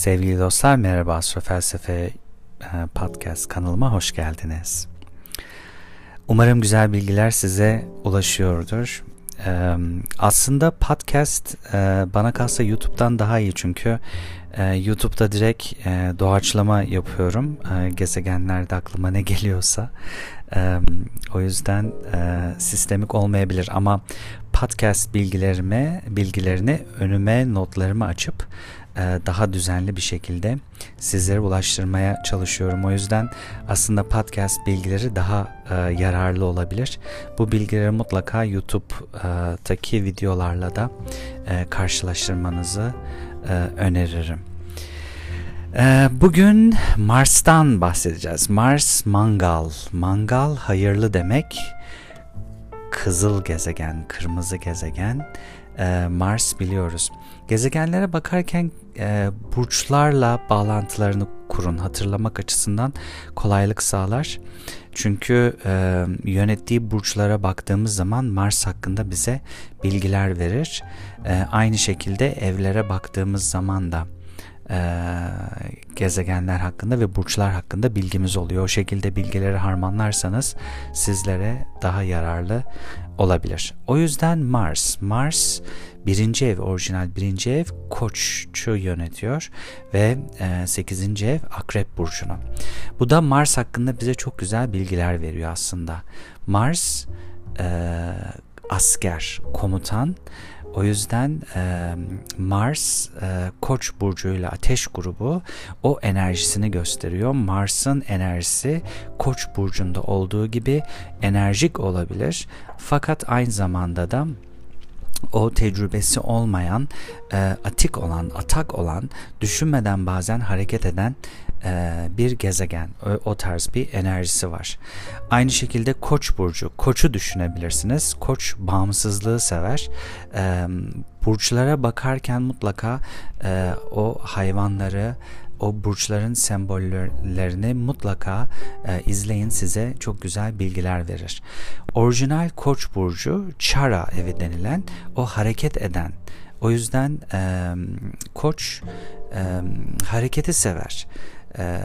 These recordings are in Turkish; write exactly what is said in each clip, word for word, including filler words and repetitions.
Sevgili dostlar, merhaba. Astrofelsefe podcast kanalıma hoş geldiniz. Umarım güzel bilgiler size ulaşıyordur. Aslında podcast bana kalsa YouTube'dan daha iyi, çünkü YouTube'da direkt doğaçlama yapıyorum. Gezegenlerde aklıma ne geliyorsa. O yüzden sistemik olmayabilir, ama podcast bilgilerime, bilgilerini önüme notlarımı açıp daha düzenli bir şekilde sizlere ulaştırmaya çalışıyorum. O yüzden aslında podcast bilgileri daha e, yararlı olabilir. Bu bilgileri mutlaka YouTube'daki videolarla da e, karşılaştırmanızı e, öneririm. E, bugün Mars'tan bahsedeceğiz. Mars, mangal. Mangal hayırlı demek. Kızıl gezegen, kırmızı gezegen. E, Mars biliyoruz. Gezegenlere bakarken e, burçlarla bağlantılarını kurun. Hatırlamak açısından kolaylık sağlar. Çünkü e, yönettiği burçlara baktığımız zaman Mars hakkında bize bilgiler verir. E, aynı şekilde evlere baktığımız zaman da e, gezegenler hakkında ve burçlar hakkında bilgimiz oluyor. O şekilde bilgileri harmanlarsanız sizlere daha yararlı olabilir. O yüzden Mars, Mars birinci ev, orijinal birinci ev Koç'u yönetiyor ve e, sekizinci ev Akrep burcunu. Bu da Mars hakkında bize çok güzel bilgiler veriyor aslında. Mars e, asker, komutan. O yüzden e, Mars e, Koç burcuyla Ateş grubu o enerjisini gösteriyor. Mars'ın enerjisi Koç burcunda olduğu gibi enerjik olabilir. Fakat aynı zamanda da o tecrübesi olmayan, e, atik olan, atak olan, düşünmeden bazen hareket eden e, bir gezegen. O, o tarz bir enerjisi var. Aynı şekilde Koç burcu. Koç'u düşünebilirsiniz. Koç bağımsızlığı sever. E, burçlara bakarken mutlaka e, o hayvanları, o burçların sembollerini mutlaka e, izleyin, size çok güzel bilgiler verir. Orijinal Koç burcu Çara evi denilen o hareket eden. O yüzden e, Koç e, hareketi sever. E,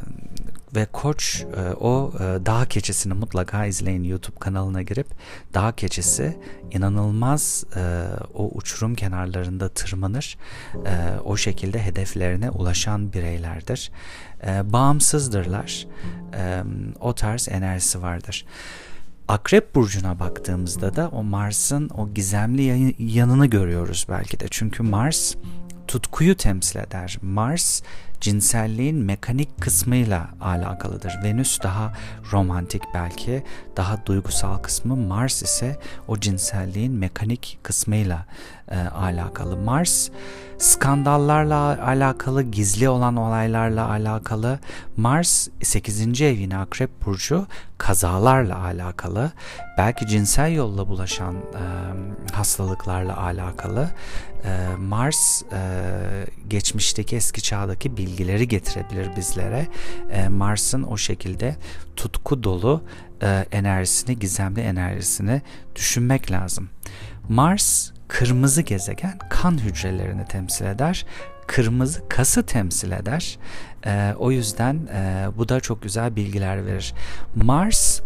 ve Koç e, o e, dağ keçisini mutlaka izleyin. YouTube kanalına girip dağ keçisi inanılmaz e, o uçurum kenarlarında tırmanır. E, o şekilde hedeflerine ulaşan bireylerdir. E, bağımsızdırlar. E, o tarz enerjisi vardır. Akrep burcuna baktığımızda da o Mars'ın o gizemli yanını görüyoruz belki de. Çünkü Mars tutkuyu temsil eder. Mars cinselliğin mekanik kısmıyla alakalıdır. Venüs daha romantik, belki daha duygusal kısmı. Mars ise o cinselliğin mekanik kısmıyla e, alakalı. Mars skandallarla alakalı, gizli olan olaylarla alakalı. Mars sekizinci ev yine Akrep burcu kazalarla alakalı. Belki cinsel yolla bulaşan e, hastalıklarla alakalı. E, Mars e, geçmişteki, eski çağdaki bilgileri getirebilir bizlere. E, Mars'ın o şekilde tutku dolu e, enerjisini, gizemli enerjisini düşünmek lazım. Mars kırmızı gezegen, kan hücrelerini temsil eder. Kırmızı kası temsil eder. E, o yüzden e, bu da çok güzel bilgiler verir. Mars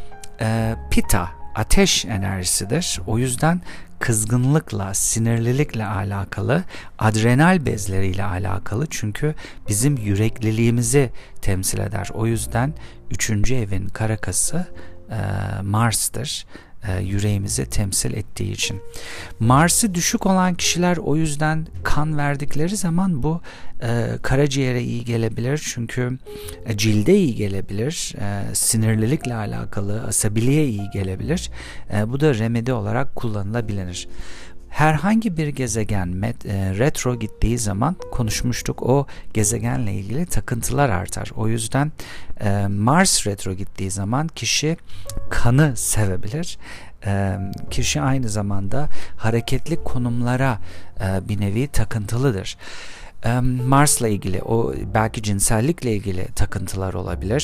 e, Pita, ateş enerjisidir. O yüzden kızgınlıkla, sinirlilikle alakalı, adrenal bezleriyle alakalı, çünkü bizim yürekliliğimizi temsil eder. O yüzden üçüncü evin karakası e, Mars'tır. E, yüreğimizi temsil ettiği için. Mars'ı düşük olan kişiler o yüzden kan verdikleri zaman bu e, karaciğere iyi gelebilir. Çünkü e, cilde iyi gelebilir. E, sinirlilikle alakalı, asabiliğe iyi gelebilir. E, bu da remedi olarak kullanılabilir. Herhangi bir gezegen met, e, retro gittiği zaman, konuşmuştuk, o gezegenle ilgili takıntılar artar. O yüzden e, Mars retro gittiği zaman kişi kanı sevebilir. E, kişi aynı zamanda hareketli konumlara e, bir nevi takıntılıdır. E, Mars'la ilgili, o belki cinsellikle ilgili takıntılar olabilir.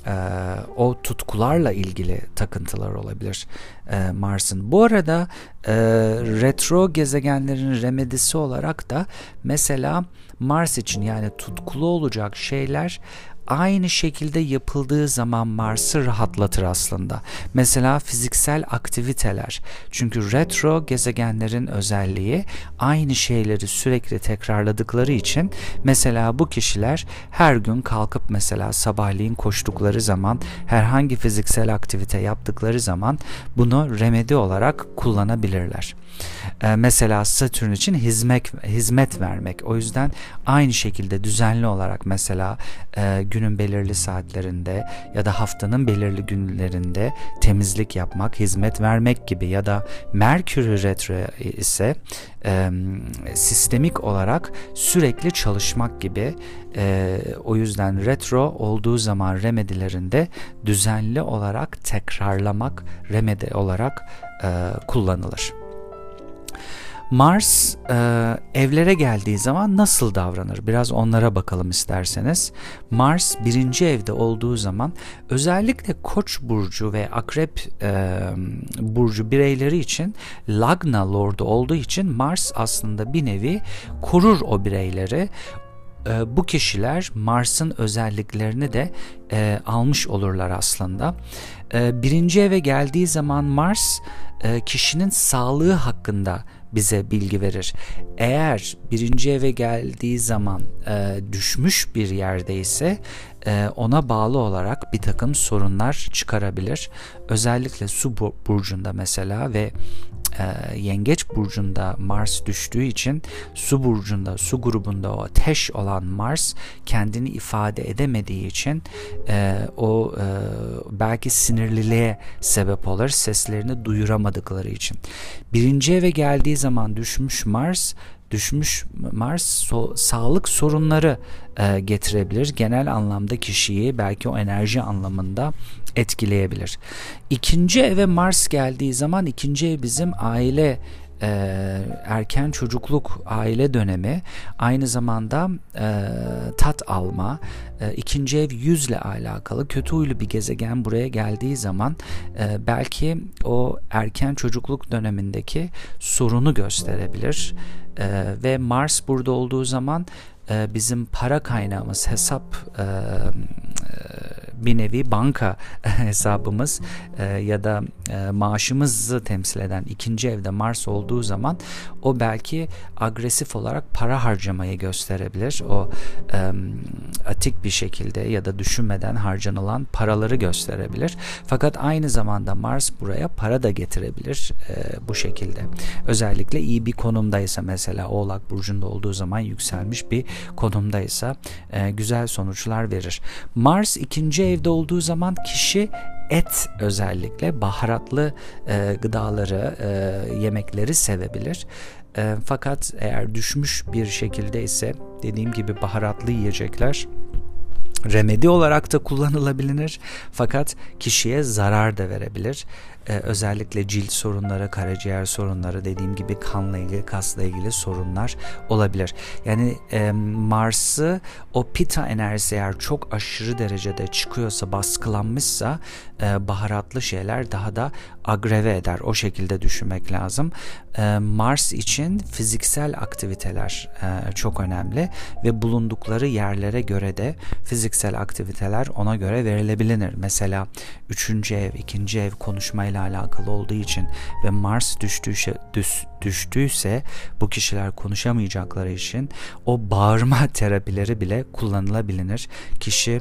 e, o tutkularla ilgili takıntılar olabilir e, Mars'ın. Bu arada e, retro gezegenlerin remedisi olarak da mesela Mars için, yani tutkulu olacak şeyler aynı şekilde yapıldığı zaman Mars'ı rahatlatır aslında. Mesela fiziksel aktiviteler. Çünkü retro gezegenlerin özelliği aynı şeyleri sürekli tekrarladıkları için mesela bu kişiler her gün kalkıp mesela sabahleyin koştukları zaman, herhangi fiziksel aktivite yaptıkları zaman bunu remedi olarak kullanabilirler. Ee, mesela Satürn için hizmet hizmet vermek. O yüzden aynı şekilde düzenli olarak mesela e, günün belirli saatlerinde ya da haftanın belirli günlerinde temizlik yapmak, hizmet vermek gibi, ya da Merkür retro ise e, sistemik olarak sürekli çalışmak gibi. E, o yüzden retro olduğu zaman remedilerinde düzenli olarak tekrarlamak remedi olarak e, kullanılır. Mars e, evlere geldiği zaman nasıl davranır? Biraz onlara bakalım isterseniz. Mars birinci evde olduğu zaman özellikle Koç burcu ve Akrep e, burcu bireyleri için Lagna lordu olduğu için Mars aslında bir nevi korur o bireyleri. E, bu kişiler Mars'ın özelliklerini de e, almış olurlar aslında. E, birinci eve geldiği zaman Mars e, kişinin sağlığı hakkında bize bilgi verir. Eğer birinci eve geldiği zaman e, düşmüş bir yerdeyse e, ona bağlı olarak bir takım sorunlar çıkarabilir. Özellikle su burcunda mesela ve e, yengeç burcunda Mars düştüğü için su burcunda, su grubunda o ateş olan Mars kendini ifade edemediği için e, o e, belki sinirliliğe sebep olur, seslerini duyuramadıkları için. Birinci eve geldiği zaman düşmüş Mars, düşmüş Mars so, sağlık sorunları e, getirebilir. Genel anlamda kişiyi belki o enerji anlamında etkileyebilir. İkinci eve Mars geldiği zaman ikinci ev bizim aile, e, erken çocukluk, aile dönemi, aynı zamanda e, tat alma. E, ikinci ev yüzle alakalı. Kötü huylu bir gezegen buraya geldiği zaman e, belki o erken çocukluk dönemindeki sorunu gösterebilir. E, ve Mars burada olduğu zaman e, bizim para kaynağımız, hesap e, bir nevi banka hesabımız e, ya da e, maaşımızı temsil eden ikinci evde Mars olduğu zaman o belki agresif olarak para harcamayı gösterebilir. O e, atik bir şekilde ya da düşünmeden harcanılan paraları gösterebilir. Fakat aynı zamanda Mars buraya para da getirebilir e, bu şekilde. Özellikle iyi bir konumdaysa, mesela Oğlak burcunda olduğu zaman yükselmiş bir konumdaysa e, güzel sonuçlar verir. Mars ikinci evde olduğu zaman kişi et, özellikle baharatlı e, gıdaları, e, yemekleri sevebilir. E, fakat eğer düşmüş bir şekilde ise dediğim gibi baharatlı yiyecekler remedi olarak da kullanılabilir, fakat kişiye zarar da verebilir. Ee, özellikle cilt sorunları, karaciğer sorunları, dediğim gibi kanla ilgili, kasla ilgili sorunlar olabilir. Yani e, Mars'ı o Pitta enerjisi eğer çok aşırı derecede çıkıyorsa, baskılanmışsa e, baharatlı şeyler daha da agreve eder. O şekilde düşünmek lazım. E, Mars için fiziksel aktiviteler e, çok önemli ve bulundukları yerlere göre de fiziksel aktiviteler ona göre verilebilir. Mesela üçüncü ev, ikinci ev konuşmayla alakalı olduğu için ve Mars düştüyse, düş, düştüyse bu kişiler konuşamayacakları için o bağırma terapileri bile kullanılabilir. Kişi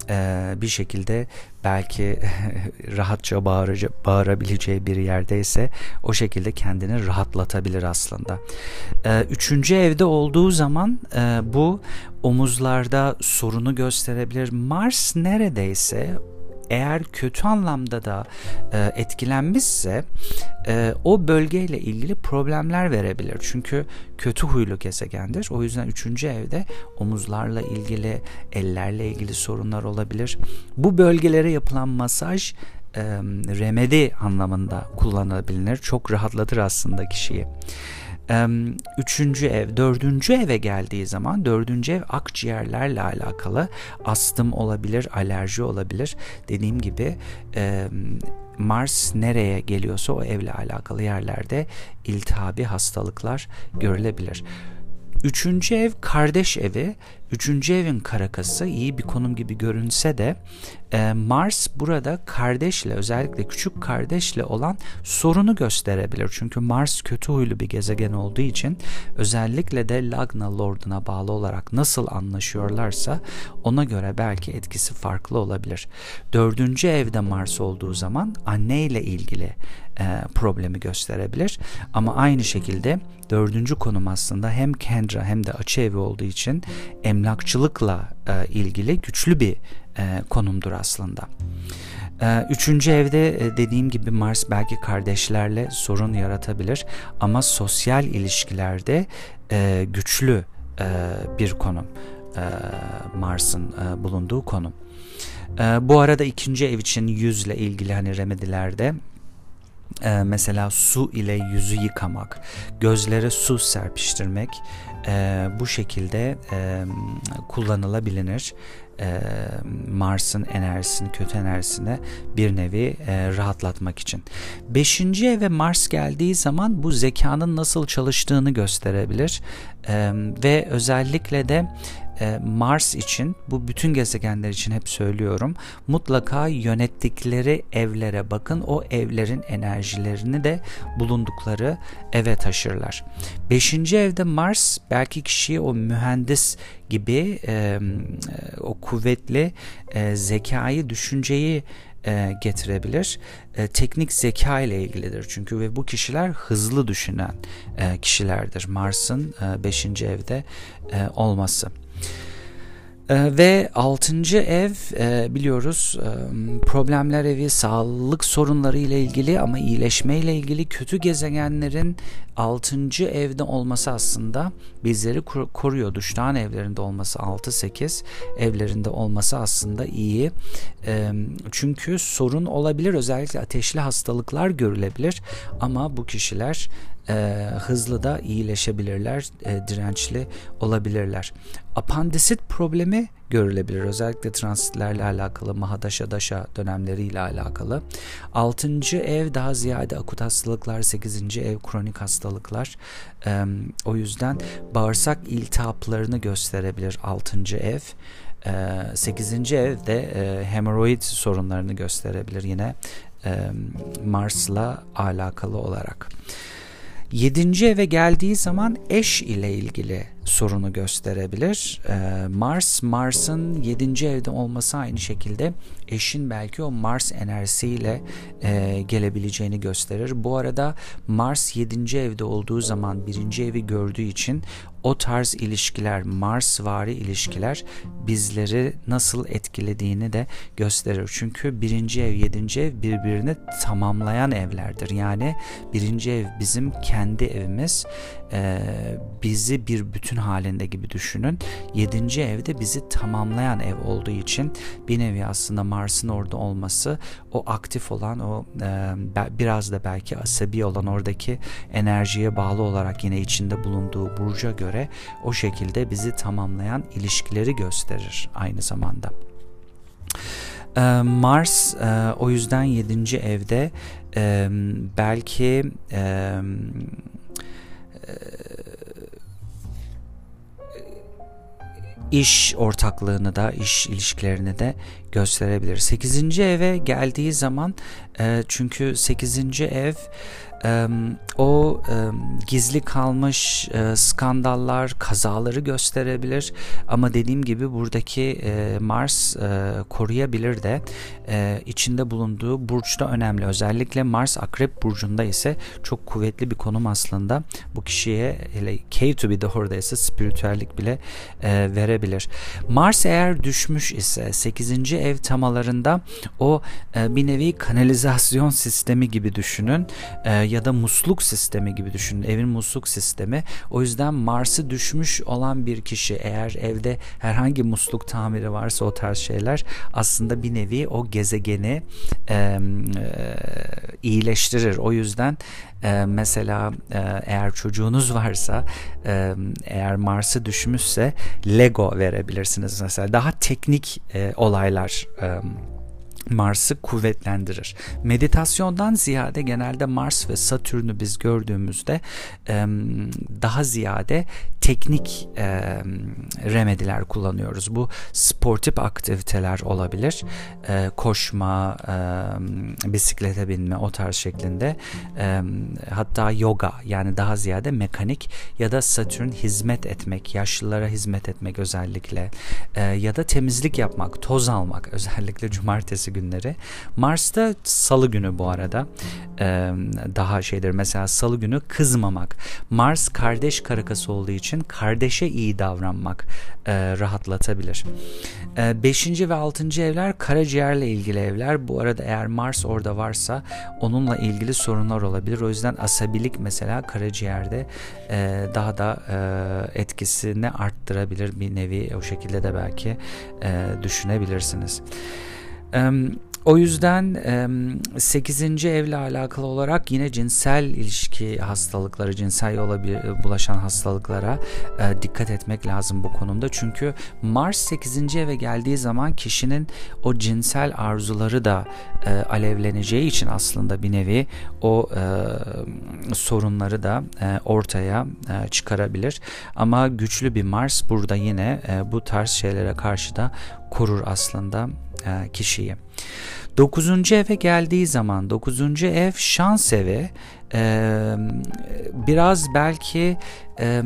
e, bir şekilde belki rahatça bağırıcı, bağırabileceği bir yerdeyse o şekilde kendini rahatlatabilir aslında. E, üçüncü evde olduğu zaman e, bu omuzlarda sorunu gösterebilir. Mars neredeyse eğer kötü anlamda da e, etkilenmişse e, o bölgeyle ilgili problemler verebilir. Çünkü kötü huylu gezegendir. O yüzden üçüncü evde omuzlarla ilgili, ellerle ilgili sorunlar olabilir. Bu bölgelere yapılan masaj e, remedi anlamında kullanılabilir. Çok rahatlatır aslında kişiyi. Üçüncü ev, dördüncü eve geldiği zaman dördüncü ev akciğerlerle alakalı. Astım olabilir, alerji olabilir. Dediğim gibi Mars nereye geliyorsa o evle alakalı yerlerde iltihabi hastalıklar görülebilir. Üçüncü ev kardeş evi. Üçüncü evin karakası iyi bir konum gibi görünse de e, Mars burada kardeşle, özellikle küçük kardeşle olan sorunu gösterebilir. Çünkü Mars kötü huylu bir gezegen olduğu için özellikle de Lagna Lord'una bağlı olarak nasıl anlaşıyorlarsa ona göre belki etkisi farklı olabilir. Dördüncü evde Mars olduğu zaman anne ile ilgili e, problemi gösterebilir. Ama aynı şekilde dördüncü konum aslında hem Kendra hem de açı evi olduğu için emlakçılıkla e, ilgili güçlü bir e, konumdur aslında. E, üçüncü evde e, dediğim gibi Mars belki kardeşlerle sorun yaratabilir ama sosyal ilişkilerde e, güçlü e, bir konum. E, Mars'ın e, bulunduğu konum. E, bu arada ikinci ev için yüzle ilgili hani remedilerde Ee, mesela su ile yüzü yıkamak, gözlere su serpiştirmek e, bu şekilde e, kullanılabilir. E, Mars'ın enerjisini, kötü enerjisini bir nevi e, rahatlatmak için. Beşinci eve Mars geldiği zaman bu zekanın nasıl çalıştığını gösterebilir e, ve özellikle de Mars için, bu bütün gezegenler için hep söylüyorum, mutlaka yönettikleri evlere bakın, o evlerin enerjilerini de bulundukları eve taşırlar. Beşinci evde Mars belki kişiyi o mühendis gibi e, o kuvvetli e, zekayı, düşünceyi e, getirebilir. E, teknik zeka ile ilgilidir çünkü ve bu kişiler hızlı düşünen e, kişilerdir. Mars'ın e, beşinci evde e, olması. Ee, ve altıncı ev e, biliyoruz e, problemler evi, sağlık sorunları ile ilgili ama iyileşme ile ilgili. Kötü gezegenlerin altıncı evde olması aslında bizleri koruyor. Duştan evlerinde olması, altı sekiz evlerinde olması aslında iyi. E, çünkü sorun olabilir, özellikle ateşli hastalıklar görülebilir ama bu kişiler e, hızlı da iyileşebilirler, e, dirençli olabilirler. Apandisit problemi görülebilir. Özellikle transitlerle alakalı, Mahadaşa Daşa dönemleriyle alakalı. altıncı ev daha ziyade akut hastalıklar, sekizinci ev kronik hastalıklar. Ee, o yüzden bağırsak iltihaplarını gösterebilir altıncı ev. Ee, sekizinci ev de e, hemoroid sorunlarını gösterebilir yine e, Mars'la alakalı olarak. Yedinci eve geldiği zaman eş ile ilgili sorunu gösterebilir. Ee, Mars, Mars'ın yedinci evde olması aynı şekilde eşin belki o Mars enerjisiyle e, gelebileceğini gösterir. Bu arada Mars yedinci evde olduğu zaman birinci evi gördüğü için o tarz ilişkiler, Marsvari ilişkiler bizleri nasıl etkilediğini de gösterir. Çünkü birinci ev, yedinci ev birbirini tamamlayan evlerdir. Yani birinci ev bizim kendi evimiz, e, bizi bir bütün halinde gibi düşünün. Yedinci evde bizi tamamlayan ev olduğu için bir nevi aslında Mars'ın orada olması, o aktif olan, o e, biraz da belki asabi olan oradaki enerjiye bağlı olarak yine içinde bulunduğu burca göre o şekilde bizi tamamlayan ilişkileri gösterir aynı zamanda. E, Mars e, o yüzden yedinci evde e, belki e, e, iş ortaklığını da, iş ilişkilerini de gösterebilir. sekizinci eve geldiği zaman e, çünkü sekizinci ev e, o e, gizli kalmış e, skandallar, kazaları gösterebilir ama dediğim gibi buradaki e, Mars e, koruyabilir de e, içinde bulunduğu burçta önemli. Özellikle Mars Akrep burcunda ise çok kuvvetli bir konum aslında. Bu kişiye hele Cave to be de oradaysa spiritüellik bile e, verebilir. Mars eğer düşmüş ise sekizinci ev temalarında o e, bir nevi kanalizasyon sistemi gibi düşünün. E, ya da musluk sistemi gibi düşünün. Evin musluk sistemi. O yüzden Mars'ı düşmüş olan bir kişi, eğer evde herhangi musluk tamiri varsa, o tarz şeyler aslında bir nevi o gezegeni e, e, iyileştirir. O yüzden e, mesela e, eğer çocuğunuz varsa, e, eğer Mars'ı düşmüşse Lego verebilirsiniz mesela. Daha teknik e, olaylar e, Mars'ı kuvvetlendirir. Meditasyondan ziyade genelde Mars ve Satürn'ü biz gördüğümüzde e, daha ziyade teknik e, remediler kullanıyoruz. Bu sportif aktiviteler olabilir. E, koşma, e, bisiklete binme, o tarz şeklinde. E, hatta yoga, yani daha ziyade mekanik, ya da Satürn hizmet etmek, yaşlılara hizmet etmek özellikle. E, ya da temizlik yapmak, toz almak, özellikle cumartesi günleri. Mars'ta salı günü bu arada e, daha şeydir. Mesela salı günü kızmamak. Mars kardeş karakası olduğu için kardeşe iyi davranmak e, rahatlatabilir. E, beşinci ve altıncı evler karaciğerle ilgili evler. Bu arada eğer Mars orada varsa onunla ilgili sorunlar olabilir. O yüzden asabilik mesela karaciğerde e, daha da e, etkisini arttırabilir bir nevi. O şekilde de belki e, düşünebilirsiniz. E, O yüzden sekizinci evle alakalı olarak yine cinsel ilişki hastalıkları, cinsel yola bulaşan hastalıklara dikkat etmek lazım bu konumda. Çünkü Mars sekizinci eve geldiği zaman kişinin o cinsel arzuları da alevleneceği için aslında bir nevi o sorunları da ortaya çıkarabilir. Ama güçlü bir Mars burada yine bu tarz şeylere karşı da korur aslında kişiyi. Dokuzuncu eve geldiği zaman, dokuzuncu ev şans evi. Ee, biraz belki e,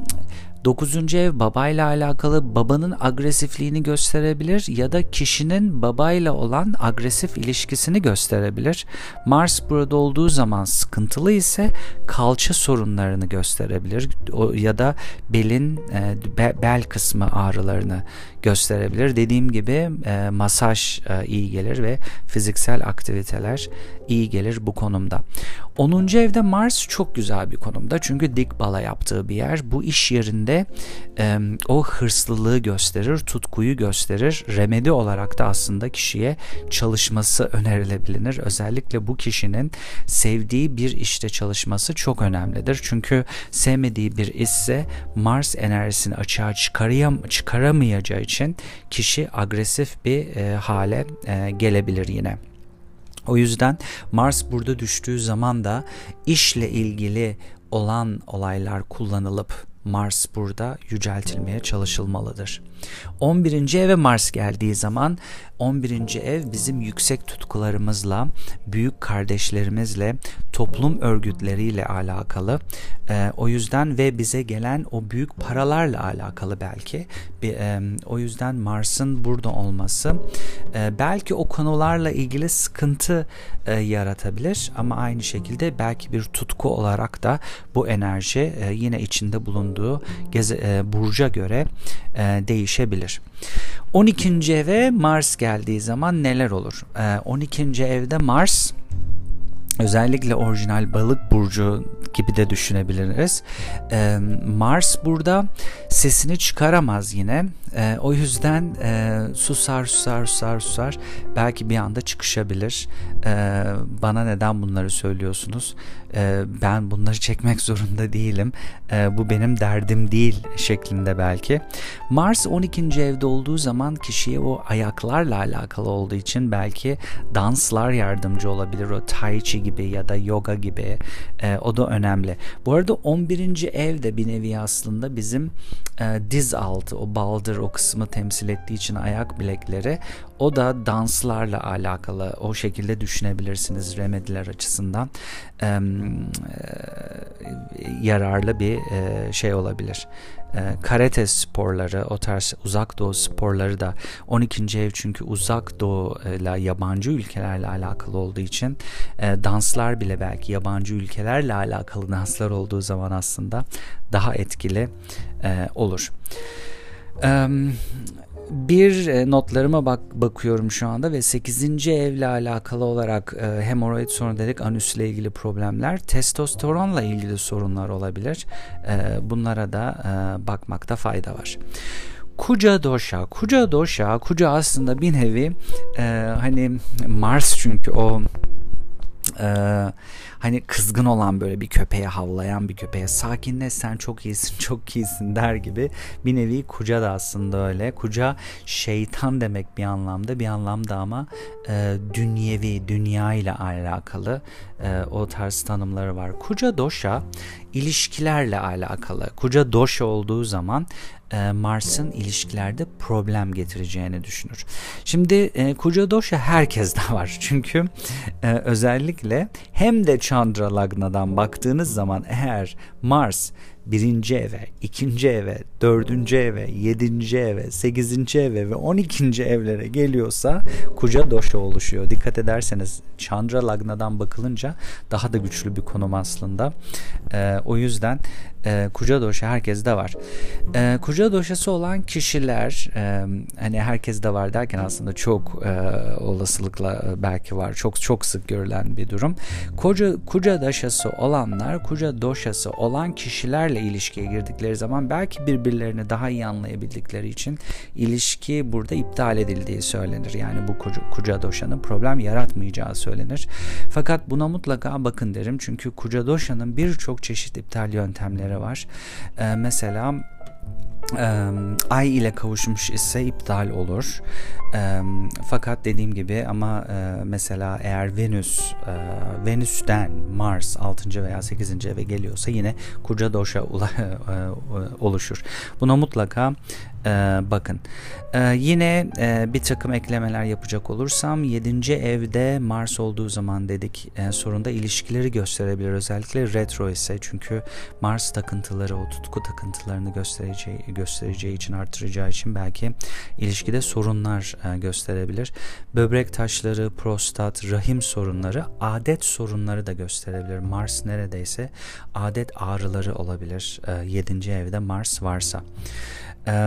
dokuzuncu ev babayla alakalı, babanın agresifliğini gösterebilir ya da kişinin babayla olan agresif ilişkisini gösterebilir. Mars burada olduğu zaman sıkıntılı ise kalça sorunlarını gösterebilir o, ya da belin e, be, bel kısmı ağrılarını gösterebilir. Dediğim gibi e, masaj e, iyi gelir ve fiziksel aktiviteler iyi gelir bu konumda. onuncu evde Mars çok güzel bir konumda. Çünkü dik bala yaptığı bir yer. Bu iş yerinde e, o hırslılığı gösterir, tutkuyu gösterir. Remedi olarak da aslında kişiye çalışması önerilebilir. Özellikle bu kişinin sevdiği bir işte çalışması çok önemlidir. Çünkü sevmediği bir işse Mars enerjisini açığa çıkarayam çıkaramayacağı için kişi agresif bir e, hale e, gelebilir yine. O yüzden Mars burada düştüğü zaman da işle ilgili olan olaylar kullanılıp Mars burada yüceltilmeye çalışılmalıdır. on birinci eve Mars geldiği zaman, on birinci ev bizim yüksek tutkularımızla, büyük kardeşlerimizle, toplum örgütleriyle alakalı. E, o yüzden ve bize gelen o büyük paralarla alakalı belki. Bir, e, o yüzden Mars'ın burada olması e, belki o konularla ilgili sıkıntı e, yaratabilir ama aynı şekilde belki bir tutku olarak da bu enerji e, yine içinde bulunduğu geze, e, burca göre e, değişebilir. on ikinci eve Mars geldiği zaman neler olur? E, on ikinci evde Mars özellikle orijinal balık burcu gibi de düşünebiliriz. Ee, Mars burada sesini çıkaramaz yine. Ee, o yüzden e, susar susar susar susar. Belki bir anda çıkışabilir. Ee, bana neden bunları söylüyorsunuz? Ee, ben bunları çekmek zorunda değilim. Ee, bu benim derdim değil şeklinde belki. Mars on ikinci evde olduğu zaman kişiye o ayaklarla alakalı olduğu için belki danslar yardımcı olabilir. O tai chi gibi ya da yoga gibi. E, o da önemli. Bu arada on birinci ev de bir nevi aslında bizim e, diz altı, o baldır, o kısmı temsil ettiği için ayak bilekleri. O da danslarla alakalı. O şekilde düşünebilirsiniz remediler açısından. E, e, yararlı bir e, şey olabilir. Karate sporları, o tarz uzak doğu sporları da on ikinci ev çünkü uzak doğu ile yabancı ülkelerle alakalı olduğu için e, danslar bile belki yabancı ülkelerle alakalı danslar olduğu zaman aslında daha etkili e, olur. E, bir e, notlarıma bak bakıyorum şu anda ve sekizinci evle alakalı olarak e, hemoroid sorunu dedik, anüsle ilgili problemler, testosteronla ilgili sorunlar olabilir. E, bunlara da e, bakmakta fayda var. Kuca dosha, kuca dosha, kuca aslında bir nevi e, hani Mars, çünkü o Ee, hani kızgın olan, böyle bir köpeğe havlayan bir köpeğe sakinleş sen çok iyisin çok iyisin der gibi bir nevi kuca da aslında öyle. Kuca şeytan demek bir anlamda, bir anlamda ama e, dünyevi, dünya ile alakalı e, o tarz tanımları var. Kuca dosha ilişkilerle alakalı. Kuca dosha olduğu zaman e, Mars'ın ilişkilerde problem getireceğini düşünür. Şimdi e, kuca dosha herkeste var. Çünkü e, özellikle hem de Chandra Lagna'dan baktığınız zaman eğer Mars birinci eve, ikinci eve, dördüncü eve, yedinci eve, sekizinci eve ve on ikinci evlere geliyorsa kuca dosha oluşuyor. Dikkat ederseniz Chandra Lagna'dan bakılınca daha da güçlü bir konum aslında. Ee, o yüzden e, kuca dosha herkeste var. E, kuca doshası olan kişiler, e, hani herkeste var derken aslında çok e, olasılıkla belki var. Çok çok sık görülen bir durum. Kuca, kuca doshası olanlar, kuca doshası olan kişilerle ilişkiye girdikleri zaman belki birbirlerini daha iyi anlayabildikleri için ilişki burada iptal edildiği söylenir. Yani bu kuca, kuca doshanın problem yaratmayacağı söylenir. Fakat buna mutlaka bakın derim. Çünkü kuca doshanın birçok çeşit iptal yöntemleri var. Ee, mesela Ee, Ay ile kavuşmuş ise iptal olur. Ee, fakat dediğim gibi ama e, mesela eğer Venüs e, Venüs'ten Mars altıncı veya sekizinci eve geliyorsa yine kuca dosha oluşur. Buna mutlaka e, bakın. E, yine e, bir takım eklemeler yapacak olursam yedinci evde Mars olduğu zaman dedik e, sorunda ilişkileri gösterebilir. Özellikle retro ise, çünkü Mars takıntıları, o tutku takıntılarını göstereceği göstereceği için, artıracağı için belki ilişkide sorunlar e, gösterebilir. Böbrek taşları, prostat, rahim sorunları, adet sorunları da gösterebilir. Mars neredeyse adet ağrıları olabilir e, yedinci evde Mars varsa. Ee,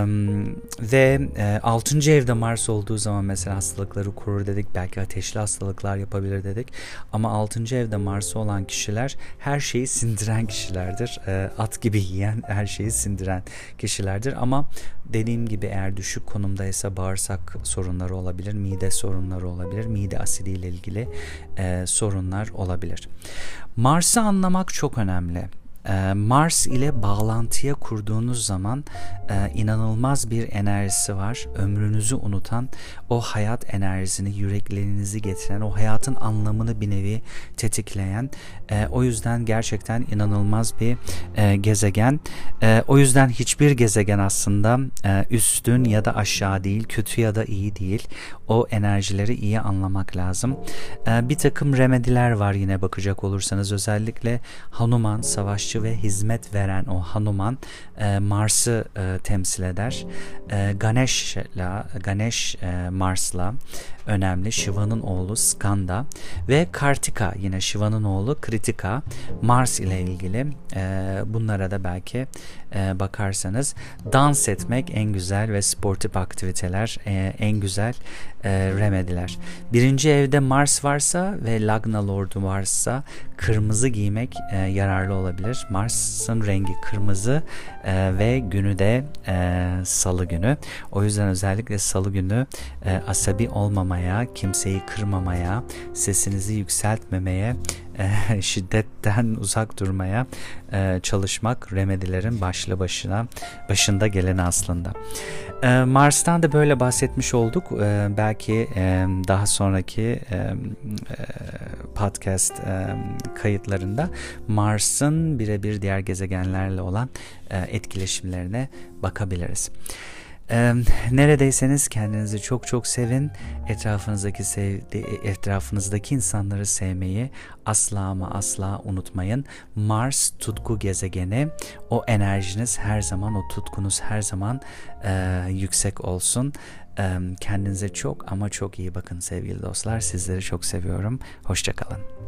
ve e, altıncı evde Mars olduğu zaman mesela hastalıkları korur dedik, belki ateşli hastalıklar yapabilir dedik, ama altıncı evde Mars olan kişiler her şeyi sindiren kişilerdir. Ee, at gibi yiyen, her şeyi sindiren kişilerdir, ama dediğim gibi eğer düşük konumdaysa bağırsak sorunları olabilir, mide sorunları olabilir, mide asidiyle ilgili e, sorunlar olabilir. Mars'ı anlamak çok önemli. Mars ile bağlantıya kurduğunuz zaman e, inanılmaz bir enerjisi var. Ömrünüzü unutan, o hayat enerjisini, yüreklerinizi getiren, o hayatın anlamını bir nevi tetikleyen, e, o yüzden gerçekten inanılmaz bir e, gezegen. E, o yüzden hiçbir gezegen aslında e, üstün ya da aşağı değil, kötü ya da iyi değil. O enerjileri iyi anlamak lazım. E, bir takım remediler var yine bakacak olursanız, özellikle Hanuman, savaşçı ve hizmet veren o Hanuman e, Mars'ı e, temsil eder. E, Ganesh'la, Ganesh e, Mars'la önemli. Shiva'nın oğlu Skanda ve Kartika, yine Shiva'nın oğlu Kritika, Mars ile ilgili. E, bunlara da belki e, bakarsanız, dans etmek en güzel ve sportif aktiviteler, e, en güzel e, remediler. Birinci evde Mars varsa ve Lagna Lord'u varsa kırmızı giymek e, yararlı olabilir. Mars'ın rengi kırmızı e, ve günü de e, salı günü. O yüzden özellikle salı günü e, asabi olmamaya, kimseyi kırmamaya, sesinizi yükseltmemeye, e, şiddetten uzak durmaya e, çalışmak remedilerin başlı başına başında geleni aslında. E, Mars'tan da böyle bahsetmiş olduk. E, belki e, daha sonraki e, podcast e, kayıtlarında Mars'ın birebir diğer gezegenlerle olan e, etkileşimlerine bakabiliriz. Ee, neredeyseniz kendinizi çok çok sevin. Etrafınızdaki sevdi, etrafınızdaki insanları sevmeyi asla ama asla unutmayın. Mars tutku gezegeni. O enerjiniz her zaman, o tutkunuz her zaman e, yüksek olsun. E, kendinize çok ama çok iyi bakın sevgili dostlar. Sizleri çok seviyorum. Hoşça kalın.